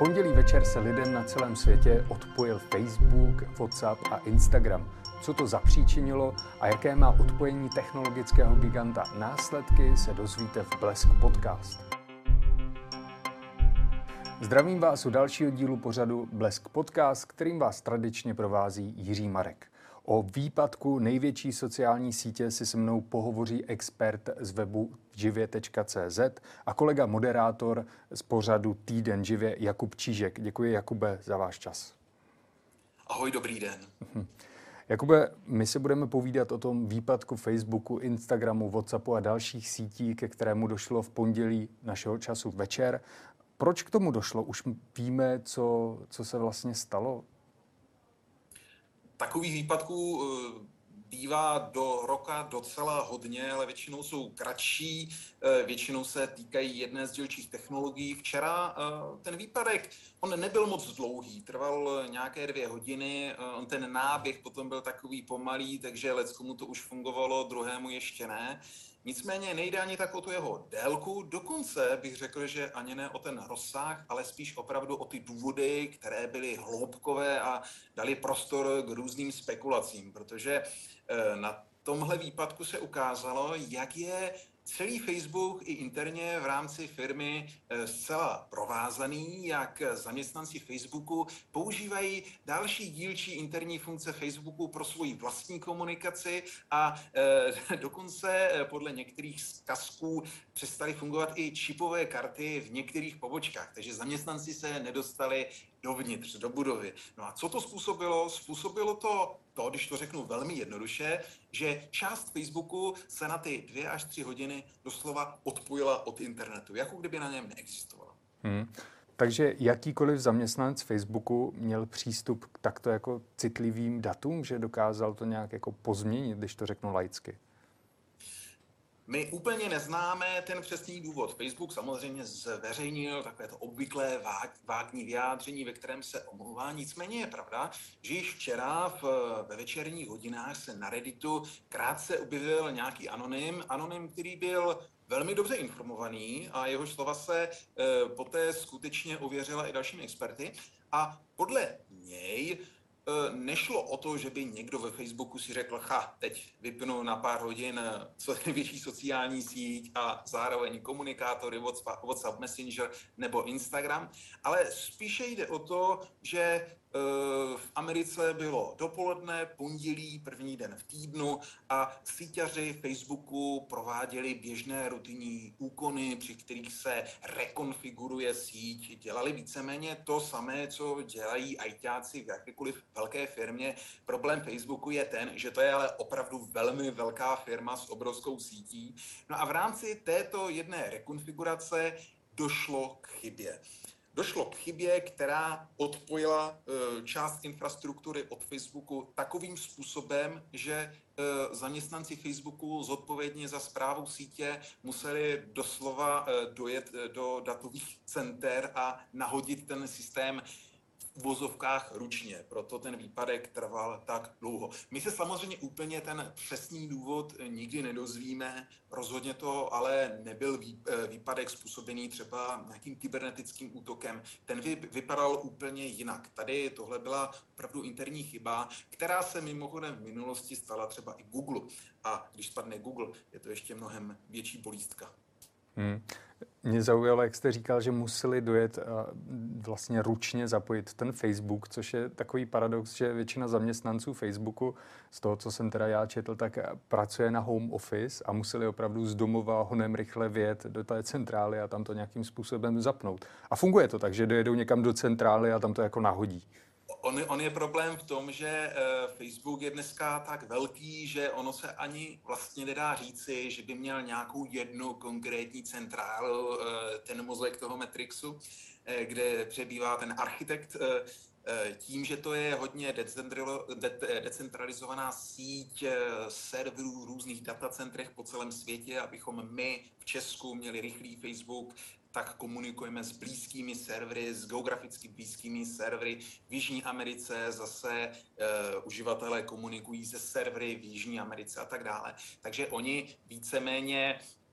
pondělí večer se lidem na celém světě odpojil Facebook, WhatsApp a Instagram. Co to zapříčinilo a jaké má odpojení technologického giganta následky, se dozvíte v Blesk Podcast. Zdravím vás u dalšího dílu pořadu Blesk Podcast, kterým vás tradičně provází Jiří Marek. O výpadku největší sociální sítě si se mnou pohovoří expert z webu živě.cz a kolega moderátor z pořadu Týden živě Jakub Čížek. Děkuji, Jakube, za váš čas. Ahoj, dobrý den. Jakube, my se budeme povídat o tom výpadku Facebooku, Instagramu, WhatsAppu a dalších sítí, ke kterému došlo v pondělí našeho času večer. Proč k tomu došlo? Už víme, co se vlastně stalo? Takových výpadků bývá do roka docela hodně, ale většinou jsou kratší, většinou se týkají jedné z dílčích technologií. Včera ten výpadek, on nebyl moc dlouhý, trval nějaké 2 hodiny, ten náběh potom byl takový pomalý, takže leckomu to už fungovalo, druhému ještě ne. Nicméně nejde ani tak o tu jeho délku, dokonce bych řekl, že ani ne o ten rozsah, ale spíš opravdu o ty důvody, které byly hloubkové a dali prostor k různým spekulacím, protože na tomhle výpadku se ukázalo, jak je celý Facebook i interně v rámci firmy zcela provázaný, jak zaměstnanci Facebooku používají další dílčí interní funkce Facebooku pro svoji vlastní komunikaci a dokonce podle některých zkazků přestaly fungovat i čipové karty v některých pobočkách, takže zaměstnanci se nedostali dovnitř, do budovy. No a co to způsobilo? Způsobilo to, když to řeknu velmi jednoduše, že část Facebooku se na ty 2 až 3 hodiny doslova odpojila od internetu, jako kdyby na něm neexistovala. Takže jakýkoliv zaměstnanec Facebooku měl přístup k takto jako citlivým datům, že dokázal to nějak jako pozměnit, když to řeknu laicky? My úplně neznáme ten přesný důvod. Facebook samozřejmě zveřejnil takové to obvyklé vágní vyjádření, ve kterém se omlouvá. Nicméně je pravda, že již včera ve večerních hodinách se na Redditu krátce objevil nějaký anonym, který byl velmi dobře informovaný a jehož slova se poté skutečně ověřila i dalšími experty. A podle něj nešlo o to, že by někdo ve Facebooku si řekl, teď vypnu na pár hodin co největší sociální síť a zároveň komunikátory WhatsApp, Messenger nebo Instagram, ale spíše jde o to, že v Americe bylo dopoledne, pondělí, první den v týdnu a síťaři Facebooku prováděli běžné rutinní úkony, při kterých se rekonfiguruje síť. Dělali víceméně to samé, co dělají ajťáci v jakékoliv velké firmě. Problém Facebooku je ten, že to je ale opravdu velmi velká firma s obrovskou sítí. No a v rámci této jedné rekonfigurace došlo k chybě. Došlo k chybě, která odpojila část infrastruktury od Facebooku takovým způsobem, že zaměstnanci Facebooku zodpovědně za správu sítě museli doslova dojet do datových center a nahodit ten systém v uvozovkách ručně, proto ten výpadek trval tak dlouho. My se samozřejmě úplně ten přesný důvod nikdy nedozvíme, rozhodně to ale nebyl výpadek způsobený třeba nějakým kybernetickým útokem. Ten vypadal úplně jinak. Tady tohle byla opravdu interní chyba, která se mimochodem v minulosti stala třeba i Google. A když spadne Google, je to ještě mnohem větší bolístka. Mě zaujalo, jak jste říkal, že museli dojet a vlastně ručně zapojit ten Facebook, což je takový paradox, že většina zaměstnanců Facebooku, z toho, co jsem teda já četl, tak pracuje na home office a museli opravdu z domova honem rychle vyjet do té centrály a tam to nějakým způsobem zapnout. A funguje to tak, že dojedou někam do centrály a tam to jako nahodí. On je problém v tom, že Facebook je dneska tak velký, že ono se ani vlastně nedá říci, že by měl nějakou jednu konkrétní centrálu, ten mozek toho Matrixu, kde přebývá ten architekt. Tím, že to je hodně decentralizovaná síť serverů v různých datacentrech po celém světě, abychom my v Česku měli rychlý Facebook, tak komunikujeme s blízkými servery, s geograficky blízkými servery. V Jižní Americe zase uživatelé komunikují se servery v Jižní Americe a tak dále. Takže oni víceméně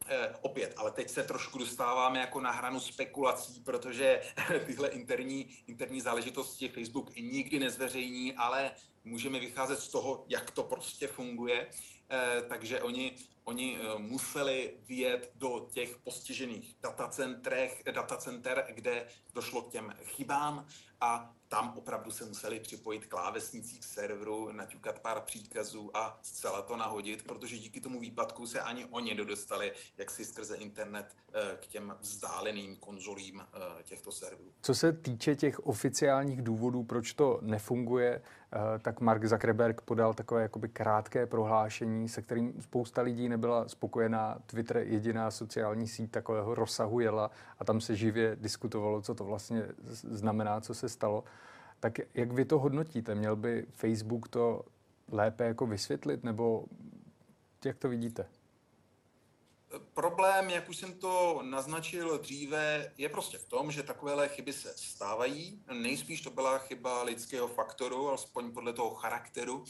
Opět, ale teď se trošku dostáváme jako na hranu spekulací, protože tyhle interní záležitosti Facebook nikdy nezveřejní, ale můžeme vycházet z toho, jak to prostě funguje. Takže oni museli vyjet do těch postižených datacenter, kde došlo k těm chybám a tam opravdu se museli připojit klávesnicí k serveru, naťukat pár příkazů a zcela to nahodit, protože díky tomu výpadku se ani oni nedostali jaksi skrze internet k těm vzdáleným konzolím těchto serverů. Co se týče těch oficiálních důvodů, proč to nefunguje, tak Mark Zuckerberg podal takové jakoby krátké prohlášení, se kterým spousta lidí nebyla spokojená. Twitter jediná sociální síť takového rozsahu jela a tam se živě diskutovalo, co to vlastně znamená, co se stalo. Tak jak vy to hodnotíte? Měl by Facebook to lépe jako vysvětlit, nebo jak to vidíte? Problém, jak už jsem to naznačil dříve, je prostě v tom, že takovéhle chyby se stávají. Nejspíš to byla chyba lidského faktoru, alespoň podle toho charakteru.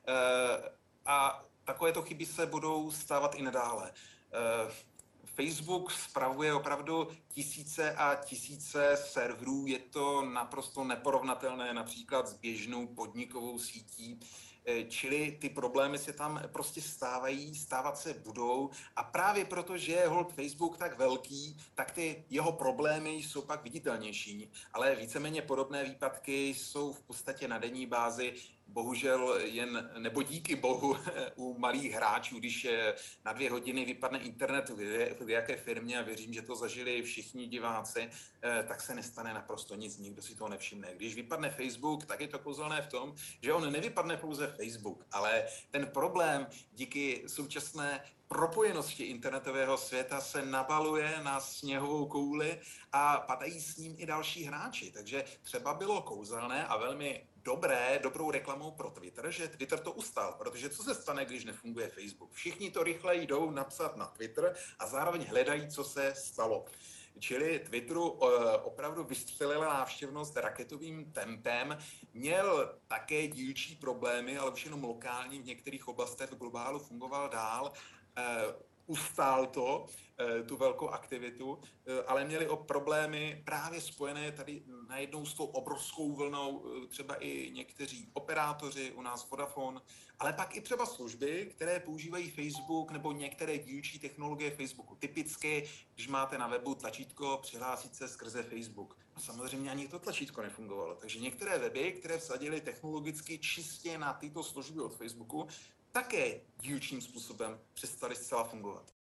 A takovéto chyby se budou stávat i nadále. Facebook spravuje opravdu tisíce a tisíce serverů. Je to naprosto neporovnatelné například s běžnou podnikovou sítí. Čili ty problémy se tam prostě stávají, stávat se budou a právě proto, že je hold Facebook tak velký, tak ty jeho problémy jsou pak viditelnější. Ale víceméně podobné výpadky jsou v podstatě na denní bázi, bohužel jen, nebo díky bohu, u malých hráčů, když na 2 hodiny vypadne internet v jaké firmě a věřím, že to zažili všichni diváci, tak se nestane naprosto nic, nikdo si toho nevšimne. Když vypadne Facebook, tak je to kouzelné v tom, že on nevypadne pouze Facebook, ale ten problém díky současné propojenosti internetového světa se nabaluje na sněhovou kouli a padají s ním i další hráči. Takže třeba bylo kouzelné a velmi dobrou reklamou pro Twitter, že Twitter to ustál, protože co se stane, když nefunguje Facebook? Všichni to rychle jdou napsat na Twitter a zároveň hledají, co se stalo. Čili Twitteru opravdu vystřelila návštěvnost raketovým tempem, měl také dílčí problémy, ale už jenom lokální v některých oblastech v globálu fungoval dál, ustál tu velkou aktivitu, ale měli problémy právě spojené tady najednou s tou obrovskou vlnou, třeba i někteří operátoři, u nás Vodafone, ale pak i třeba služby, které používají Facebook nebo některé dílčí technologie Facebooku. Typicky, když máte na webu tlačítko přihlásit se skrze Facebook. No samozřejmě ani to tlačítko nefungovalo. Takže některé weby, které vsadily technologicky čistě na tyto služby od Facebooku, také dílčím způsobem přestaly zcela fungovat.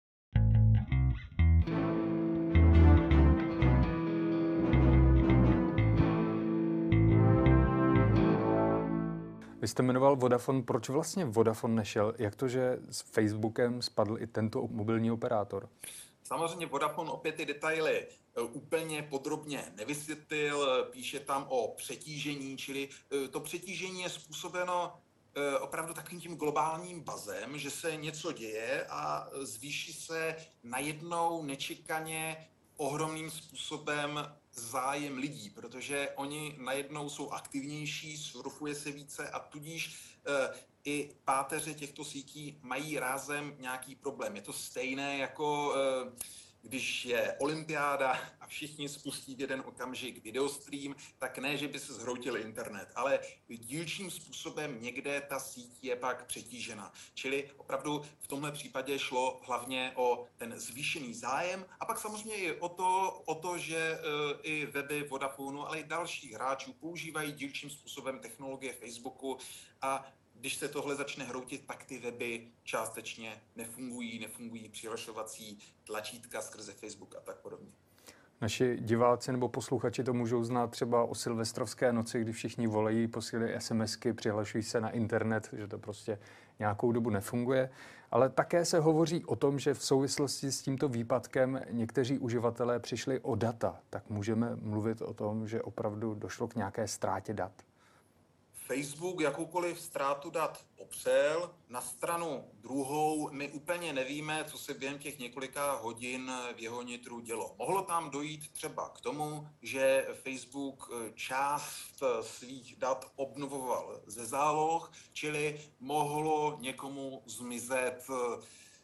Vy jste jmenoval Vodafone. Proč vlastně Vodafone nešel? Jak to, že s Facebookem spadl i tento mobilní operátor? Samozřejmě Vodafone opět ty detaily úplně podrobně nevysvětlil, píše tam o přetížení, čili to přetížení je způsobeno opravdu takovým tím globálním bazem, že se něco děje a zvýší se najednou nečekaně ohromným způsobem zájem lidí, protože oni najednou jsou aktivnější, surfuje se více a tudíž i páteře těchto sítí mají rázem nějaký problém. Je to stejné jako když je olympiáda a všichni spustí v jeden okamžik videostream, tak ne, že by se zhroutil internet, ale dílčím způsobem někde ta síť je pak přetížena. Čili opravdu v tomhle případě šlo hlavně o ten zvýšený zájem a pak samozřejmě i o to, že i weby Vodafonu, ale i dalších hráčů používají dílčím způsobem technologie Facebooku a když se tohle začne hroutit, tak ty weby částečně nefungují přihlašovací tlačítka skrze Facebook a tak podobně. Naši diváci nebo posluchači to můžou znát třeba o silvestrovské noci, kdy všichni volají, posílají SMSky, přihlašují se na internet, že to prostě nějakou dobu nefunguje. Ale také se hovoří o tom, že v souvislosti s tímto výpadkem někteří uživatelé přišli o data. Tak můžeme mluvit o tom, že opravdu došlo k nějaké ztrátě dat. Facebook jakoukoliv ztrátu dat popřel. Na stranu druhou my úplně nevíme, co se během těch několika hodin v jeho nitru dělo. Mohlo tam dojít třeba k tomu, že Facebook část svých dat obnovoval ze záloh, čili mohlo někomu zmizet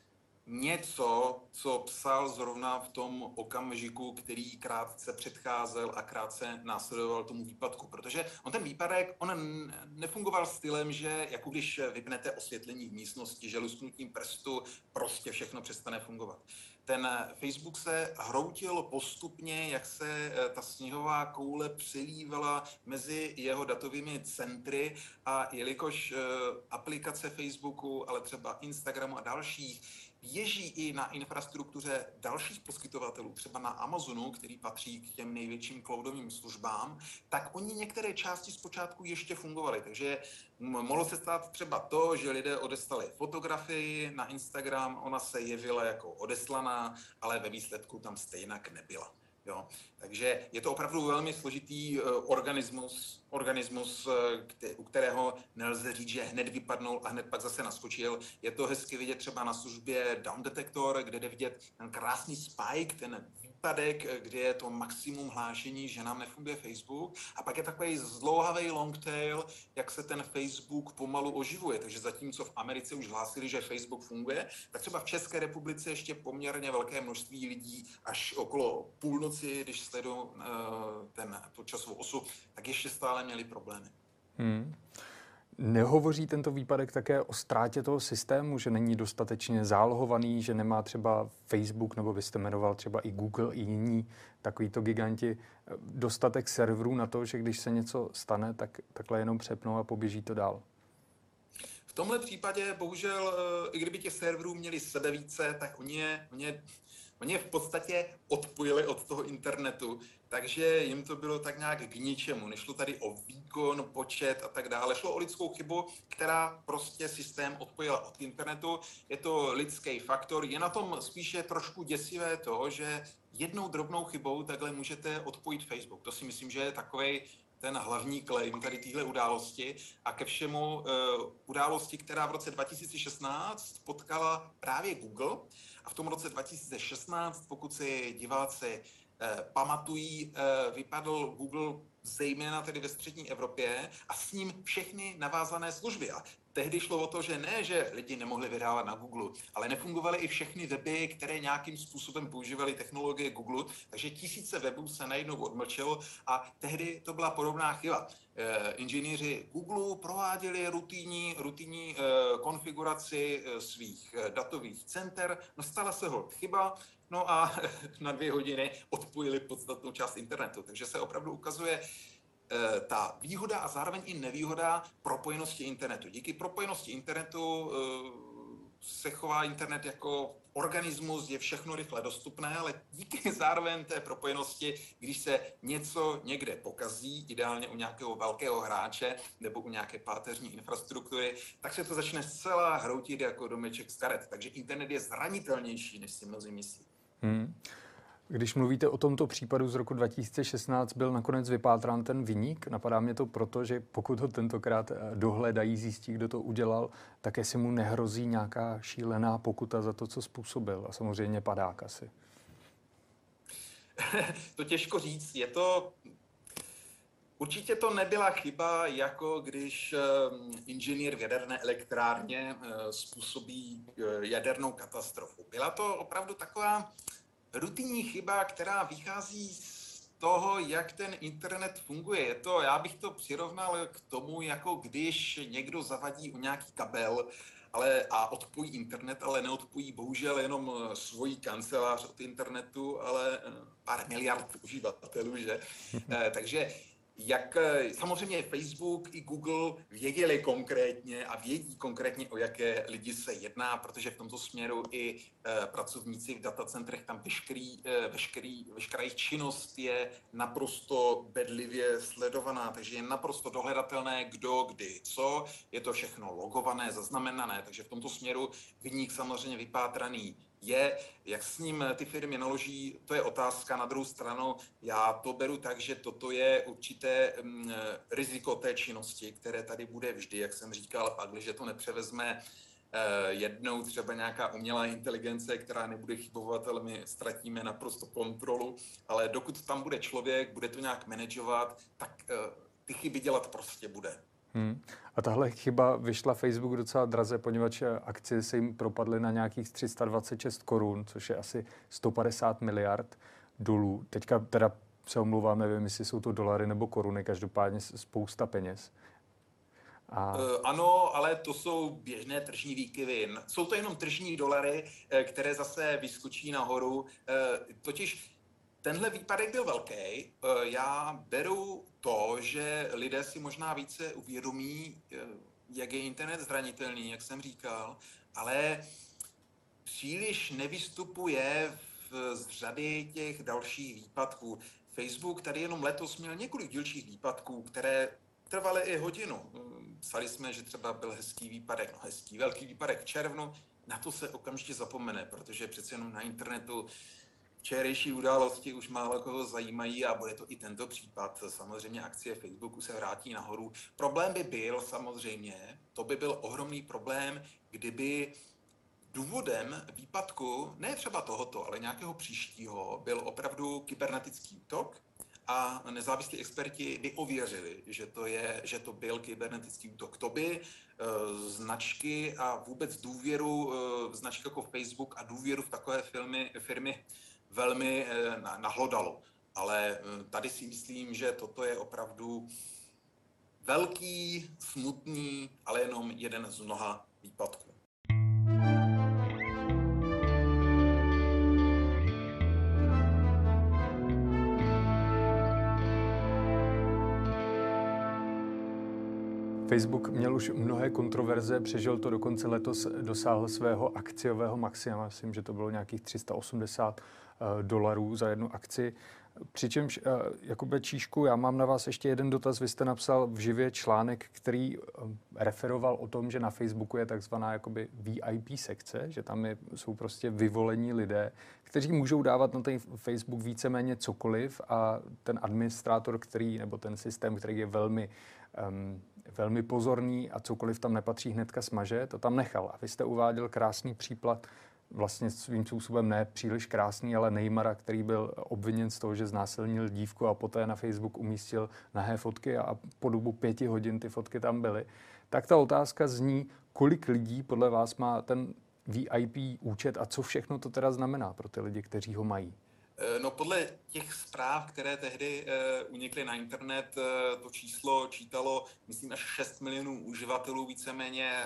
něco, co psal zrovna v tom okamžiku, který krátce předcházel a krátce následoval tomu výpadku. Protože ten výpadek, nefungoval stylem, že jako když vypnete osvětlení v místnosti, že lusknutím prstu prostě všechno přestane fungovat. Ten Facebook se hroutil postupně, jak se ta sněhová koule přilívala mezi jeho datovými centry, a jelikož aplikace Facebooku, ale třeba Instagramu a dalších běží i na infrastruktuře dalších poskytovatelů, třeba na Amazonu, který patří k těm největším cloudovým službám, tak oni některé části zpočátku ještě fungovaly. Takže mohlo se stát třeba to, že lidé odeslali fotografii na Instagram, ona se jevila jako odeslaná, ale ve výsledku tam stejnak nebyla. Jo. Takže je to opravdu velmi složitý organismus, u kterého nelze říct, že hned vypadnul a hned pak zase naskočil. Je to hezky vidět třeba na službě Down Detector, kde jde vidět ten krásný spike, ten výpadek, kde je to maximum hlášení, že nám nefunguje Facebook. A pak je takový zdlouhavý long tail, jak se ten Facebook pomalu oživuje. Takže zatímco v Americe už hlásili, že Facebook funguje, tak třeba v České republice ještě poměrně velké množství lidí až okolo půlnoci, když sledují tu časovou osu, tak ještě stále měli problémy. Nehovoří tento výpadek také o ztrátě toho systému, že není dostatečně zálohovaný, že nemá třeba Facebook, nebo byste jmenoval třeba i Google, i jiní takovýto giganti, dostatek serverů na to, že když se něco stane, tak takhle jenom přepnou a poběží to dál? V tomhle případě bohužel, i kdyby těch serverů měli sebevíce, tak oni je v podstatě odpojili od toho internetu, takže jim to bylo tak nějak k ničemu. Nešlo tady o výkon, počet a tak dále. Šlo o lidskou chybu, která prostě systém odpojila od internetu. Je to lidský faktor. Je na tom spíše trošku děsivé to, že jednou drobnou chybou takhle můžete odpojit Facebook. To si myslím, že je takovej ten hlavní claim tady téhle události, a ke všemu události, která v roce 2016 potkala právě Google. A v tom roce 2016, pokud si diváci pamatují, vypadl Google zejména tedy ve střední Evropě a s ním všechny navázané služby. A tehdy šlo o to, že ne, že lidi nemohli vydávat na Google, ale nefungovaly i všechny weby, které nějakým způsobem používaly technologie Google, takže tisíce webů se najednou odmlčelo a tehdy to byla podobná chyba. Inženýři Google prováděli rutinní konfiguraci svých datových center, stala se chyba, no a na 2 hodiny odpojili podstatnou část internetu. Takže se opravdu ukazuje ta výhoda a zároveň i nevýhoda propojenosti internetu. Díky propojenosti internetu se chová internet jako organismus, je všechno rychle dostupné, ale díky zároveň té propojenosti, když se něco někde pokazí, ideálně u nějakého velkého hráče nebo u nějaké páteřní infrastruktury, tak se to začne zcela hroutit jako domeček z karet. Takže internet je zranitelnější, než si mnozí myslí. Když mluvíte o tomto případu z roku 2016, byl nakonec vypátrán ten viník? Napadá mě to proto, že pokud ho tentokrát dohledají, zjistí, kdo to udělal, tak jestli mu nehrozí nějaká šílená pokuta za to, co způsobil. A samozřejmě padák asi. To těžko říct. Určitě to nebyla chyba, jako když inženýr v jaderné elektrárně způsobí jadernou katastrofu. Byla to opravdu taková rutinní chyba, která vychází z toho, jak ten internet funguje. Já bych to přirovnal k tomu, jako když někdo zavadí o nějaký kabel a odpojí internet, ale neodpojí bohužel jenom svoji kancelář od internetu, ale pár miliard uživatelů, že? Takže samozřejmě Facebook i Google věděli konkrétně a vědí konkrétně, o jaké lidi se jedná, protože v tomto směru i pracovníci v datacentrech, tam veškerá jejich činnost je naprosto bedlivě sledovaná, takže je naprosto dohledatelné, kdo, kdy, co, je to všechno logované, zaznamenané, takže v tomto směru viník samozřejmě vypátraný je. Jak s ním ty firmy naloží, to je otázka. Na druhou stranu já to beru tak, že toto je určité riziko té činnosti, které tady bude vždy, jak jsem říkal, pak, když to nepřevezme jednou třeba nějaká umělá inteligence, která nebude chybovat, ale my ztratíme naprosto kontrolu, ale dokud tam bude člověk, bude to nějak manažovat, tak ty chyby dělat prostě bude. A tahle chyba vyšla Facebook docela draze, poněvadž akcie se jim propadly na nějakých 326 korun, což je asi 150 miliard dolů. Teďka teda se omlouvám, nevím, jestli jsou to dolary nebo koruny, každopádně spousta peněz. Ano, ale to jsou běžné tržní výkyvy. Jsou to jenom tržní dolary, které zase vyskočí nahoru. Totiž tenhle výpadek byl velký. Já beru to, že lidé si možná více uvědomí, jak je internet zranitelný, jak jsem říkal, ale příliš nevystupuje z řady těch dalších výpadků. Facebook tady jenom letos měl několik dílčích výpadků, které trvaly i hodinu. Psali jsme, že třeba byl hezký výpadek, velký výpadek v červnu, na to se okamžitě zapomene, protože přece jenom na internetu včerejší události už málo koho zajímají a bude to i tento případ. Samozřejmě akcie Facebooku se vrátí nahoru. Problém by byl samozřejmě, to by byl ohromný problém, kdyby důvodem výpadku, ne třeba tohoto, ale nějakého příštího, byl opravdu kybernetický útok a nezávislí experti by ověřili, že to byl kybernetický útok. To by značky a vůbec důvěru v značky jako Facebook a důvěru v takové firmy velmi nahlodalo. Ale tady si myslím, že toto je opravdu velký, smutný, ale jenom jeden z mnoha výpadků. Facebook měl už mnohé kontroverze, přežil to dokonce letos, dosáhl svého akciového maxima, myslím, že to bylo nějakých $380 za jednu akci. Přičemž, Jakube Číšku, já mám na vás ještě jeden dotaz. Vy jste napsal v Živě článek, který referoval o tom, že na Facebooku je takzvaná jakoby VIP sekce, že tam jsou prostě vyvolení lidé, kteří můžou dávat na ten Facebook víceméně cokoliv a ten administrátor, nebo ten systém, který je velmi pozorný a cokoliv tam nepatří, hnedka smaže, to tam nechal. A vy jste uváděl krásný příklad, vlastně svým způsobem ne příliš krásný, ale Neymara, který byl obviněn z toho, že znásilnil dívku a poté na Facebook umístil nahé fotky a po dobu 5 hodin ty fotky tam byly. Tak ta otázka zní, kolik lidí podle vás má ten VIP účet a co všechno to teda znamená pro ty lidi, kteří ho mají? No podle těch zpráv, které tehdy unikly na internet, to číslo čítalo, myslím, až 6 milionů uživatelů, víceméně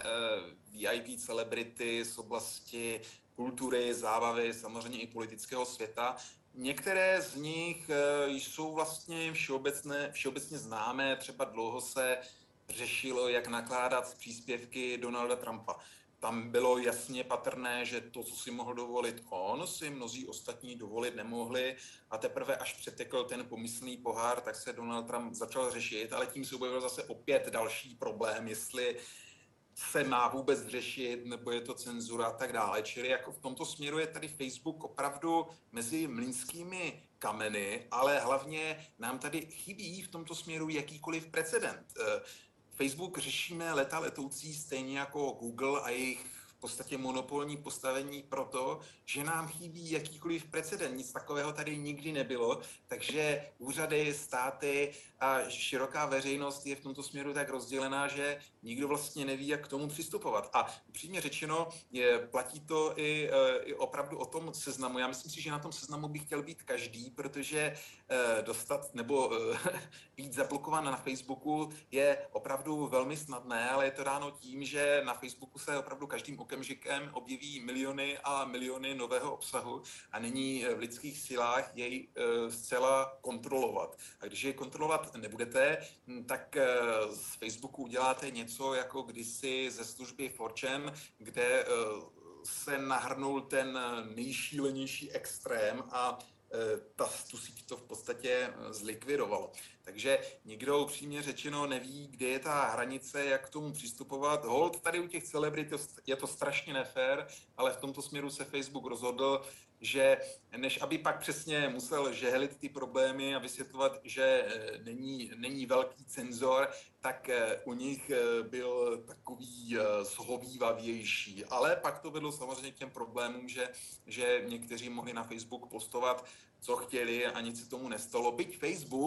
VIP celebrity z oblasti kultury, zábavy, samozřejmě i politického světa. Některé z nich jsou vlastně všeobecně známé, třeba dlouho se řešilo, jak nakládat s příspěvky Donalda Trumpa. Tam bylo jasně patrné, že to, co si mohl dovolit on, si mnozí ostatní dovolit nemohli a teprve až přetekl ten pomyslný pohár, tak se Donald Trump začal řešit, ale tím se objevil zase opět další problém, jestli se má vůbec řešit, nebo je to cenzura a tak dále. Čili jako v tomto směru je tady Facebook opravdu mezi mlýnskými kameny, ale hlavně nám tady chybí v tomto směru jakýkoliv precedent. Facebook řešíme leta letoucí stejně jako Google a jejich v podstatě monopolní postavení proto, že nám chybí jakýkoliv precedent. Nic takového tady nikdy nebylo, takže úřady, státy a široká veřejnost je v tomto směru tak rozdělená, že nikdo vlastně neví, jak k tomu přistupovat. A upřímně řečeno, platí to i opravdu o tom seznamu. Já myslím si, že na tom seznamu by chtěl být každý, protože dostat nebo být zablokován na Facebooku je opravdu velmi snadné, ale je to dáno tím, že na Facebooku se opravdu každým okamžikem objeví miliony a miliony nového obsahu a není v lidských silách jej zcela kontrolovat. A když je kontrolovat nebudete, tak z Facebooku uděláte něco jako kdysi ze služby 4chan, kde se nahrnul ten nejšílenější extrém a tu síť to v podstatě zlikvidovalo. Takže nikdo upřímně řečeno neví, kde je ta hranice, jak k tomu přistupovat. Hold, tady u těch celebrit je to strašně nefér, ale v tomto směru se Facebook rozhodl, že než aby pak přesně musel žehlit ty problémy a vysvětlovat, že není velký cenzor, tak u nich byl takový zhovývavější. Ale pak to vedlo samozřejmě k těm problémům, že někteří mohli na Facebook postovat, co chtěli a nic se tomu nestalo. Byť Facebook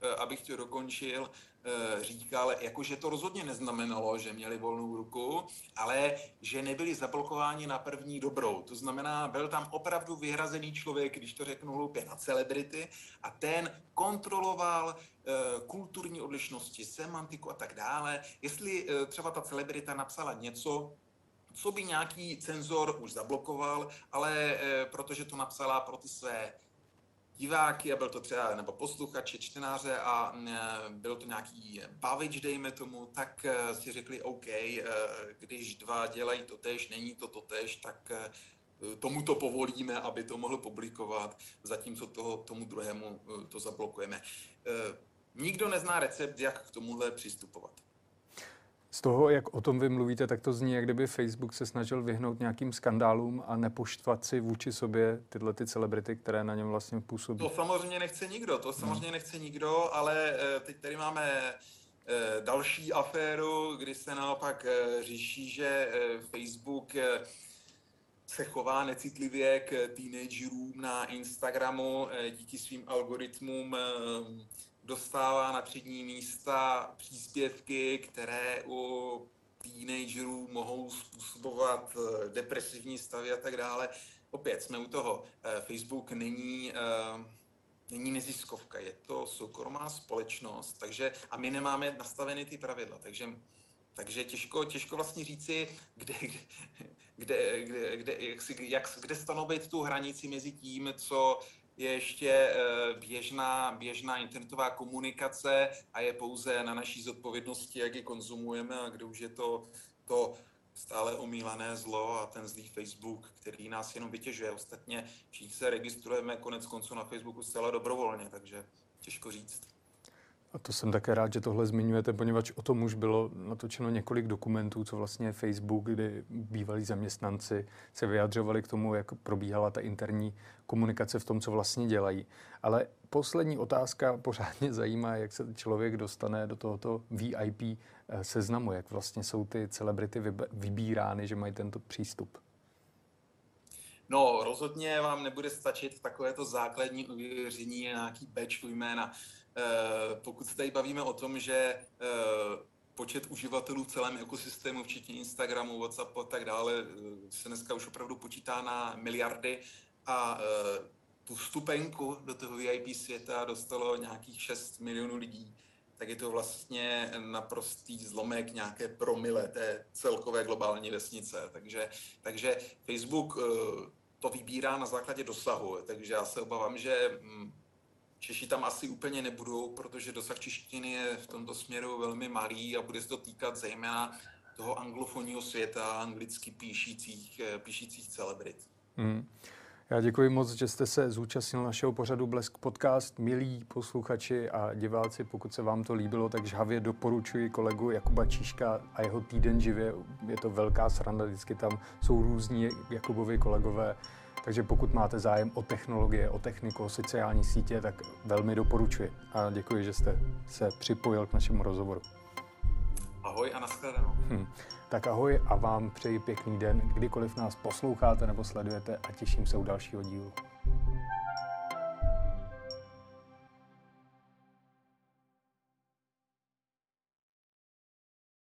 abych to dokončil, říkal, jakože to rozhodně neznamenalo, že měli volnou ruku, ale že nebyli zablokováni na první dobrou. To znamená, byl tam opravdu vyhrazený člověk, když to řeknu hloupě, na celebrity a ten kontroloval kulturní odlišnosti, semantiku a tak dále. Jestli třeba ta celebrita napsala něco, co by nějaký cenzor už zablokoval, ale protože to napsala pro ty své diváky a byl to třeba nebo posluchače, čtenáře a byl to nějaký bavič, dejme tomu, tak si řekli OK, když dva dělají totéž, není to totéž, tak tomu to povolíme, aby to mohl publikovat, zatímco tomu druhému to zablokujeme. Nikdo nezná recept, jak k tomuhle přistupovat. Z toho, jak o tom vy mluvíte, tak to zní, jak kdyby Facebook se snažil vyhnout nějakým skandálům a nepoštvat si vůči sobě tyhle ty celebrity, které na něm vlastně působí. To samozřejmě nechce nikdo, ale teď tady máme další aféru, kdy se naopak řeší, že Facebook se chová necitlivě k teenagerům na Instagramu, díky svým algoritmům dostává na přední místa příspěvky, které u teenagerů mohou způsobovat depresivní stavy a tak dále. Opět jsme u toho. Facebook není neziskovka, je to soukromá společnost, a my nemáme nastaveny ty pravidla, takže těžko vlastně říci, kde stanovit tu hranici mezi tím, co je ještě běžná internetová komunikace a je pouze na naší zodpovědnosti, jak ji konzumujeme a kde už je to stále omílané zlo a ten zlý Facebook, který nás jenom vytěžuje. Ostatně všichni se registrujeme konec konců na Facebooku zcela dobrovolně, takže těžko říct. A to jsem také rád, že tohle zmiňujete, poněvadž o tom už bylo natočeno několik dokumentů, co vlastně je Facebook, kdy bývalí zaměstnanci se vyjadřovali k tomu, jak probíhala ta interní komunikace v tom, co vlastně dělají. Ale poslední otázka pořádně zajímá, jak se člověk dostane do tohoto VIP seznamu, jak vlastně jsou ty celebrity vybírány, že mají tento přístup. No, rozhodně vám nebude stačit takovéto základní ověření, nějaký badge u jména. Pokud se tady bavíme o tom, že počet uživatelů v celém ekosystému, včetně Instagramu, WhatsAppu a tak dále, se dneska už opravdu počítá na miliardy a tu vstupenku do toho VIP světa dostalo nějakých 6 milionů lidí, tak je to vlastně naprostý zlomek nějaké promile té celkové globální vesnice. Takže Facebook to vybírá na základě dosahu, takže já se obávám, že Češi tam asi úplně nebudou, protože dosah češtiny je v tomto směru velmi malý a bude se to týkat zejména toho anglofonního světa, anglicky píšících celebrit. Já děkuji moc, že jste se zúčastnil našeho pořadu Blesk Podcast. Milí posluchači a diváci, pokud se vám to líbilo, tak žhavě doporučuji kolegu Jakuba Číška a jeho Týden živě. Je to velká sranda, vždycky tam jsou různí Jakubovi kolegové. Takže pokud máte zájem o technologie, o techniku, o sociální sítě, tak velmi doporučuji. A děkuji, že jste se připojil k našemu rozhovoru. Ahoj a nashledanou. Tak ahoj a vám přeji pěkný den, kdykoliv nás posloucháte nebo sledujete a těším se u dalšího dílu.